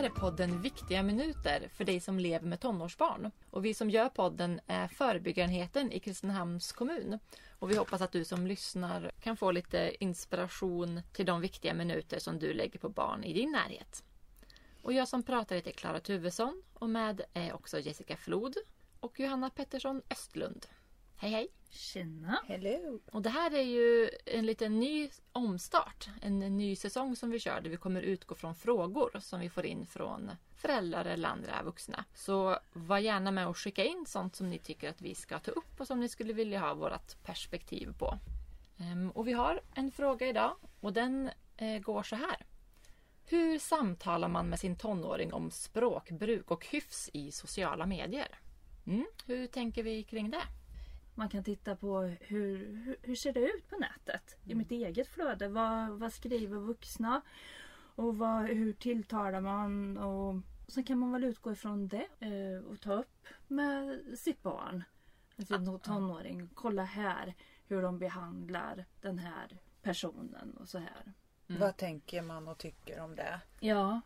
är podden Viktiga minuter för dig som lever med tonårsbarn. Och vi som gör podden är förebyggarenheten i Kristinehamns kommun. Och vi hoppas att du som lyssnar kan få lite inspiration till de viktiga minuter som du lägger på barn i din närhet. Och jag som pratar heter Klara Tuvesson och med är också Jessica Flod och Johanna Pettersson Östlund. Hej hej! Tjena! Hello! Och det här är ju en liten ny omstart, en ny säsong som vi kör där vi kommer utgå från frågor som vi får in från föräldrar eller andra vuxna. Så var gärna med och skicka in sånt som ni tycker att vi ska ta upp och som ni skulle vilja ha vårt perspektiv på. Och vi har en fråga idag och den går så här. Hur samtalar man med sin tonåring om språkbruk och hyfs i sociala medier? Hur tänker vi kring det? Man kan titta på hur ser det ut på nätet? I mitt eget flöde. Vad skriver vuxna? Och hur tilltalar man? Och sen kan man väl utgå ifrån det och ta upp med sitt barn. Sin tonåring. Kolla här hur de behandlar den här personen och så här. Vad tänker man och tycker om det? Ja.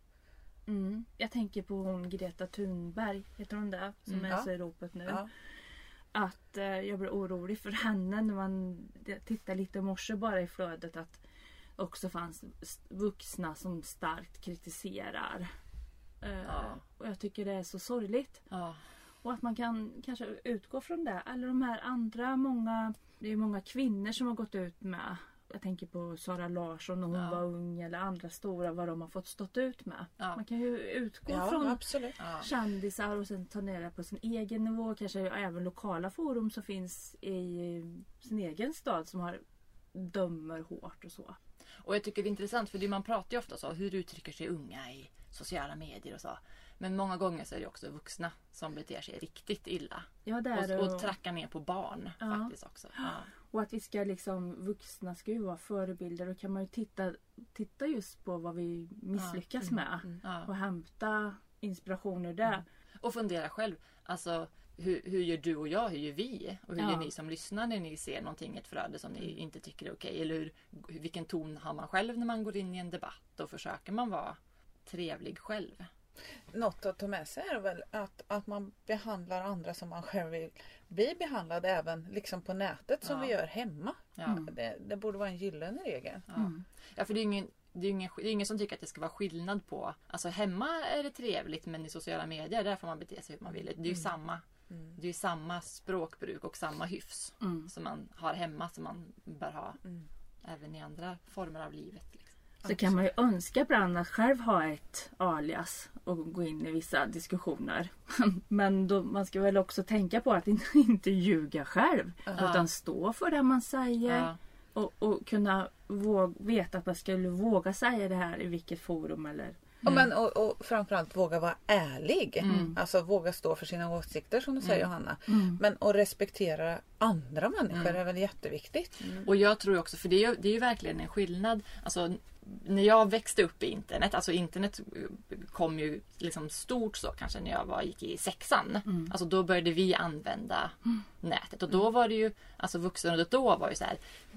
Jag tänker på hon Greta Thunberg, heter hon det? Som är så i ropet nu. Ja. Att jag blir orolig för henne när man tittar lite i morse bara i flödet att också fanns vuxna som starkt kritiserar. Och jag tycker det är så sorgligt. Ja. Och att man kan kanske utgå från det. Eller de här andra det är många kvinnor som har gått ut med. Jag tänker på Sara Larsson när hon var ung eller andra stora vad de har fått stått ut med. Ja. Man kan ju utgå från kändisar och sen ta ner det på sin egen nivå. Kanske även lokala forum som finns i sin egen stad som har dömer hårt och så. Och jag tycker det är intressant för man pratar ju ofta så hur uttrycker sig unga i sociala medier och så. Men många gånger så är det också vuxna som beter sig riktigt illa. Ja, och trackar ner på barn faktiskt också. Ja. Och att vi ska vuxna ska ju vara förebilder. Då kan man ju titta just på vad vi misslyckas med. Och hämta inspiration ur det. Och fundera själv. Alltså hur gör du och jag? Hur gör vi? Och hur gör ni som lyssnar när ni ser någonting i ett flöde som ni inte tycker är okej? Eller vilken ton har man själv när man går in i en debatt? Och försöker man vara trevlig själv? Något att ta med sig är väl att man behandlar andra som man själv vill bli behandlad även liksom på nätet som vi gör hemma. Ja. Det borde vara en gyllene regel. Ja, för det är ingen som tycker att det ska vara skillnad på. Alltså hemma är det trevligt men i sociala medier där får man bete sig hur man vill. Det är ju samma. Det är ju samma språkbruk och samma hyfs som man har hemma som man bör ha även i andra former av livet. Liksom. Så kan man ju önska ibland att själv ha ett alias och gå in i vissa diskussioner. Men man ska väl också tänka på att inte ljuga själv. Utan stå för det man säger. Och kunna veta att man skulle våga säga det här i vilket forum eller... Och framförallt våga vara ärlig. Alltså våga stå för sina åsikter som du säger Johanna. Men att respektera andra människor är väl jätteviktigt. Och jag tror också, för det är ju verkligen en skillnad. Alltså när jag växte upp i internet, alltså internet kom ju liksom stort så kanske när jag gick i 6:an. Alltså då började vi använda nätet. Och då var det ju, alltså vuxenrådet då var ju så här,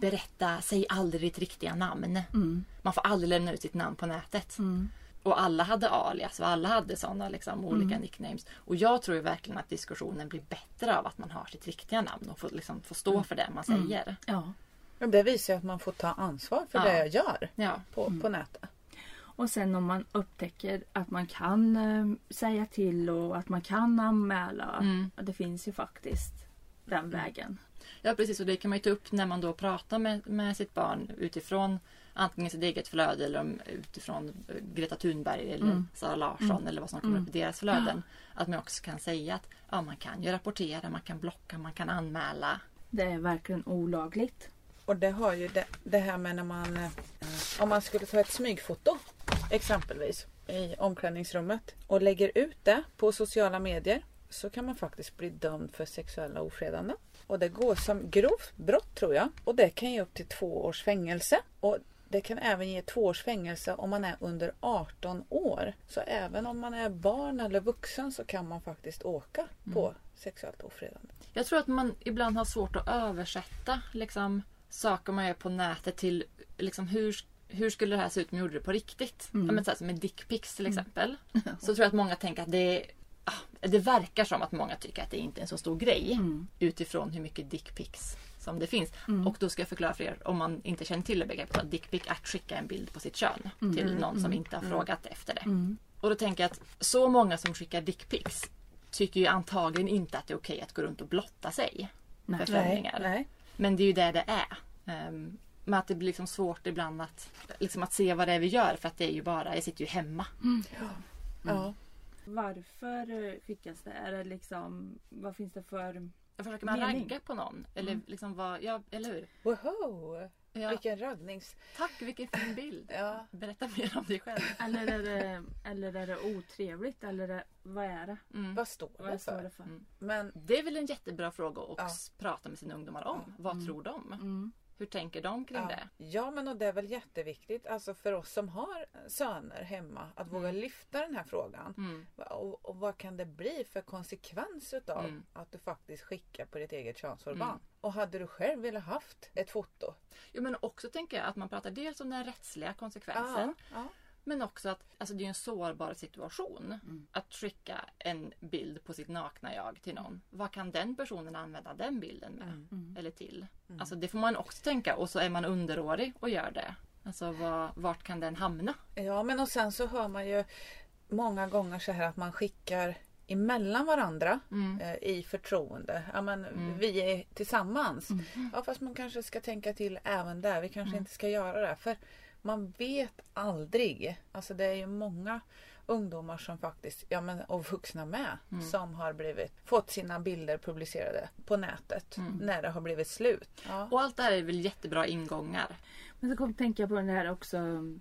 säg aldrig ditt riktiga namn. Man får aldrig lämna ut sitt namn på nätet. Och alla hade alias och alla hade sådana liksom, olika nicknames. Och jag tror ju verkligen att diskussionen blir bättre av att man har sitt riktiga namn och får stå för det man säger. Ja. Det visar att man får ta ansvar för det jag gör på nätet. Och sen om man upptäcker att man kan säga till och att man kan anmäla. Det finns ju faktiskt den vägen. Ja precis, och det kan man ju ta upp när man då pratar med sitt barn utifrån antingen sitt eget flöde eller utifrån Greta Thunberg eller Sara Larsson eller vad som kommer upp i deras flöden. Att man också kan säga att man kan ju rapportera, man kan blocka, man kan anmäla. Det är verkligen olagligt. Och det har ju det här med när man om man skulle ta ett smygfoto exempelvis i omklädningsrummet och lägger ut det på sociala medier så kan man faktiskt bli dömd för sexuella ofredanden. Och det går som grovt brott tror jag. Och det kan ge upp till 2 års fängelse. Och det kan även ge 2 års fängelse om man är under 18 år. Så även om man är barn eller vuxen så kan man faktiskt åka på sexuellt ofredande. Jag tror att man ibland har svårt att översätta liksom, saker man gör på nätet till liksom, hur skulle det här se ut om jag gjorde det på riktigt? Ja, men så här, som med dickpics till exempel. Så tror jag att många tänker att det verkar som att många tycker att det inte är en så stor grej utifrån hur mycket dickpics som det finns. Och då ska jag förklara för er, om man inte känner till det begreppet, att dickpic är att skicka en bild på sitt kön till någon som inte har frågat efter det. Och då tänker jag att så många som skickar dickpics tycker ju antagligen inte att det är okej att gå runt och blotta sig för främlingar. Nej. Men det är ju det är. Men att det blir liksom svårt ibland att se vad det är vi gör, för att det är ju bara, jag sitter ju hemma. Ja. Varför skickas det? Är det liksom, vad finns det för jag försöker man ragga på någon? Eller liksom vad, eller hur? Wow! Ja. Vilken raggnings... Tack, vilken fin bild. Ja. Berätta mer om dig själv. Eller är det otrevligt? Eller vad är det? Vad står det för? Men det är väl en jättebra fråga att prata med sina ungdomar om. Vad tror de? Hur tänker de kring det? Ja, men och det är väl jätteviktigt alltså för oss som har söner hemma att våga lyfta den här frågan. Och vad kan det bli för konsekvens utav att du faktiskt skickar på ditt eget könsorgan? Och hade du själv velat haft ett foto? Jo, men också tänker jag att man pratar dels om den rättsliga konsekvensen. Men också att alltså, det är en sårbar situation att skicka en bild på sitt nakna jag till någon. Vad kan den personen använda den bilden med? Eller till? Alltså det får man också tänka. Och så är man underårig och gör det. Alltså vart kan den hamna? Ja, men och sen så hör man ju många gånger så här att man skickar emellan varandra i förtroende. Ja, men vi är tillsammans. Ja, fast man kanske ska tänka till även där. Vi kanske inte ska göra det. För man vet aldrig. Alltså det är ju många ungdomar som faktiskt, och vuxna med, som har fått sina bilder publicerade på nätet när det har blivit slut. Ja. Och allt det här är väl jättebra ingångar. Men så kom jag tänka på det här också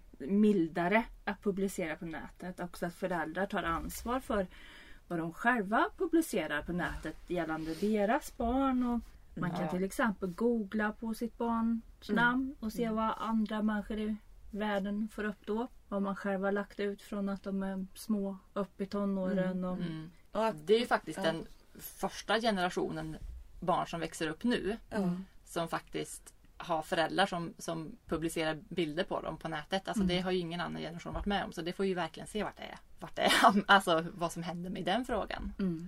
mildare att publicera på nätet. Också att föräldrar tar ansvar för vad de själva publicerar på nätet gällande deras barn. Och man kan till exempel googla på sitt barns namn och se vad andra människor i världen får upp då. Vad man själv har lagt ut från att de är små upp i tonåren. Och det är ju faktiskt den första generationen barn som växer upp nu. Som faktiskt har föräldrar som publicerar bilder på dem på nätet. Alltså det har ju ingen annan generation varit med om. Så det får ju verkligen se vart det är. Alltså vad som händer med den frågan.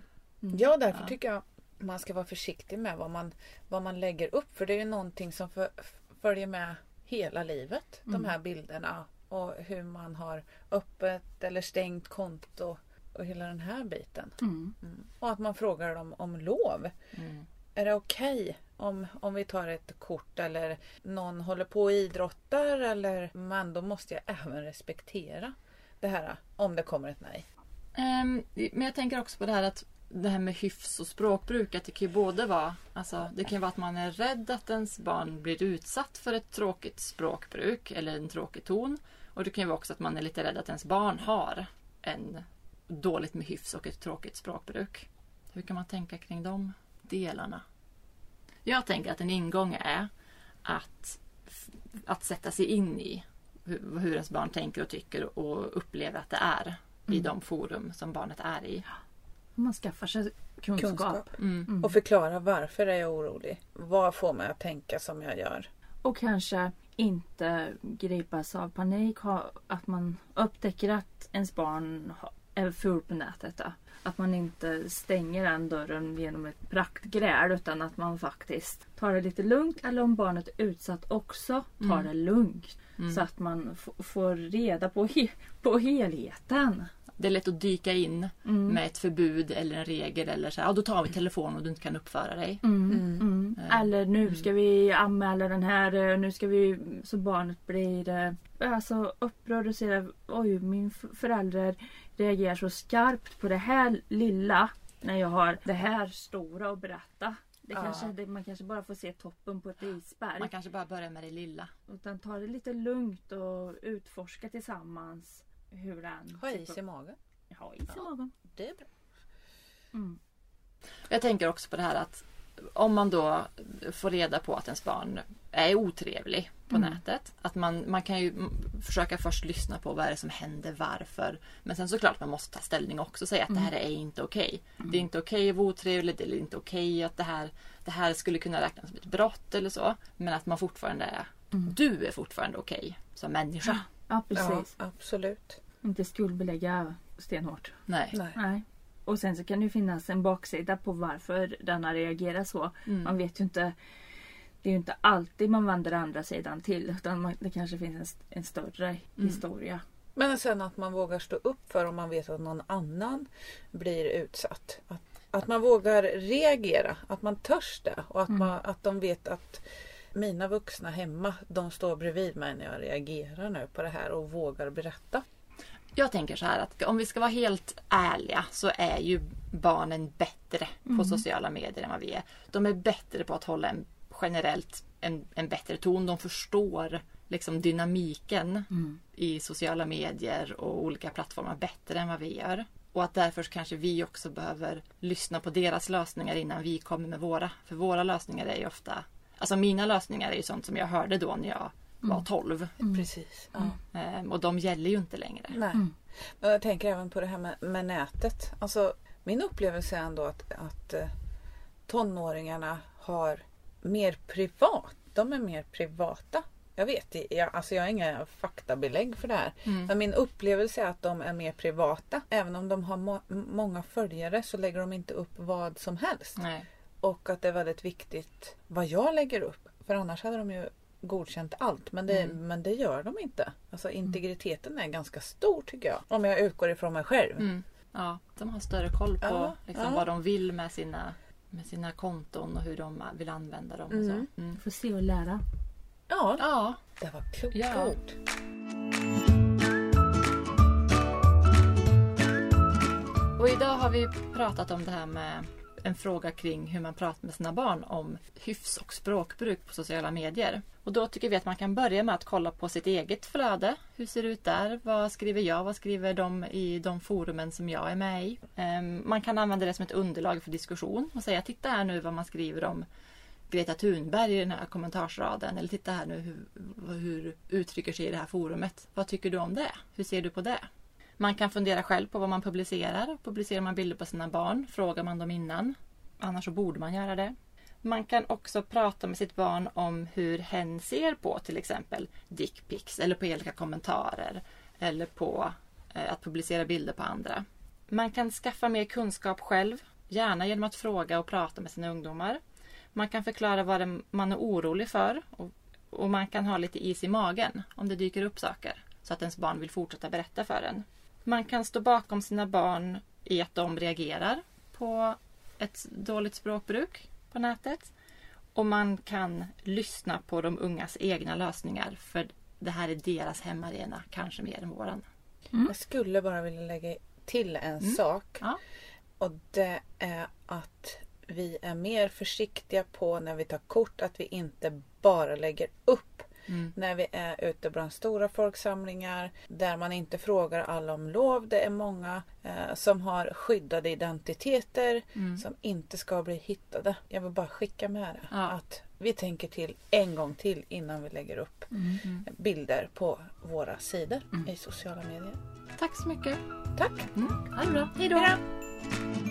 Ja, därför tycker jag man ska vara försiktig med vad man lägger upp. För det är ju någonting som följer med hela livet. De här bilderna. Och hur man har öppet eller stängt konto. Och hela den här biten. Och att man frågar dem om lov. Är det okej om vi tar ett kort eller någon håller på och idrottar? Eller, men då måste jag även respektera det här om det kommer ett nej. Men jag tänker också på det här att det här med hyfs och språkbruk, att det kan ju både vara, alltså det kan vara att man är rädd att ens barn blir utsatt för ett tråkigt språkbruk eller en tråkig ton. Och det kan ju vara också att man är lite rädd att ens barn har en dåligt med hyfs och ett tråkigt språkbruk. Hur kan man tänka kring de delarna? Jag tänker att en ingång är att sätta sig in i hur ens barn tänker och tycker och upplever att det är i de forum som barnet är i. Man skaffar sig kunskap. Och förklara varför är jag orolig. Vad får mig att tänka som jag gör. Och kanske inte gripas av panik. Att man upptäcker att ens barn är ful på nätet. Då. Att man inte stänger den dörren genom ett praktgräl. Utan att man faktiskt tar det lite lugnt. Eller om barnet är utsatt också tar det lugnt. Så att man får reda på helheten. Det är lätt att dyka in med ett förbud eller en regel eller så här, då tar vi telefonen och du inte kan uppföra dig. Eller nu ska vi anmäla den här, nu ska vi, så barnet blir alltså upprörd och säger oj, min förälder reagerar så skarpt på det här lilla när jag har det här stora att berätta. Man kanske bara får se toppen på ett isberg. Man kanske bara börjar med det lilla. Utan ta det lite lugnt och utforska tillsammans. Hur den ha is i magen. Ha is i magen. Det är bra. Jag tänker också på det här att om man då får reda på att ens barn är otrevlig på nätet. Att man kan ju försöka först lyssna på vad är det som händer, varför. Men sen såklart man måste ta ställning också och säga att det här är inte okej. Det är inte okej att vara otrevlig, det är inte okej att det här skulle kunna räknas som ett brott eller så. Men att man fortfarande är, du är fortfarande okej som människa. Ja, precis. Ja, absolut. Inte skuldbelägga stenhårt. Nej. Och sen så kan det ju finnas en baksida på varför denna reagerar så. Man vet ju inte. Det är ju inte alltid man vandrar andra sidan till. Utan det kanske finns en större historia. Men sen att man vågar stå upp för om man vet att någon annan blir utsatt. Att man vågar reagera. Att man törs det. Och att de vet att mina vuxna hemma, de står bredvid mig när jag reagerar nu på det här och vågar berätta. Jag tänker så här att om vi ska vara helt ärliga så är ju barnen bättre på sociala medier än vad vi är. De är bättre på att hålla generellt en bättre ton. De förstår liksom dynamiken i sociala medier och olika plattformar bättre än vad vi gör. Och att därför kanske vi också behöver lyssna på deras lösningar innan vi kommer med våra. För våra lösningar är ju ofta... Alltså mina lösningar är ju sånt som jag hörde då när jag var 12. Precis. Ja. Och de gäller ju inte längre. Nej. Men jag tänker även på det här med nätet. Alltså min upplevelse är ändå att tonåringarna har mer privat. De är mer privata. Jag vet, jag har inga faktabelägg för det här. Men min upplevelse är att de är mer privata. Även om de har många följare så lägger de inte upp vad som helst. Nej. Och att det är väldigt viktigt vad jag lägger upp. För annars hade de ju godkänt allt. Men det gör de inte. Alltså integriteten är ganska stor tycker jag. Om jag utgår ifrån mig själv. Ja, de har större koll på vad de vill med sina konton och hur de vill använda dem. Och så. Får se och lära. Ja. Det var klokt ord. Och idag har vi pratat om det här med en fråga kring hur man pratar med sina barn om hyfs och språkbruk på sociala medier. Och då tycker vi att man kan börja med att kolla på sitt eget flöde. Hur ser det ut där? Vad skriver jag? Vad skriver de i de forumen som jag är med i? Man kan använda det som ett underlag för diskussion och säga titta här nu vad man skriver om Greta Thunberg i den här kommentarsraden. Eller titta här nu hur uttrycker sig i det här forumet. Vad tycker du om det? Hur ser du på det? Man kan fundera själv på vad man publicerar. Publicerar man bilder på sina barn? Frågar man dem innan? Annars så borde man göra det. Man kan också prata med sitt barn om hur hen ser på till exempel dickpics eller på olika kommentarer. Eller på att publicera bilder på andra. Man kan skaffa mer kunskap själv. Gärna genom att fråga och prata med sina ungdomar. Man kan förklara vad man är orolig för. Och man kan ha lite is i magen om det dyker upp saker. Så att ens barn vill fortsätta berätta för en. Man kan stå bakom sina barn i att de reagerar på ett dåligt språkbruk på nätet. Och man kan lyssna på de ungas egna lösningar. För det här är deras hemmarena, kanske mer än våran. Jag skulle bara vilja lägga till en sak. Ja. Och det är att vi är mer försiktiga på när vi tar kort. Att vi inte bara lägger upp. När vi är ute bland stora folksamlingar där man inte frågar alla om lov. Det är många som har skyddade identiteter som inte ska bli hittade. Jag vill bara skicka med det. Att vi tänker till en gång till innan vi lägger upp bilder på våra sidor i sociala medier. Tack så mycket. Tack. Ha det bra. Hej då.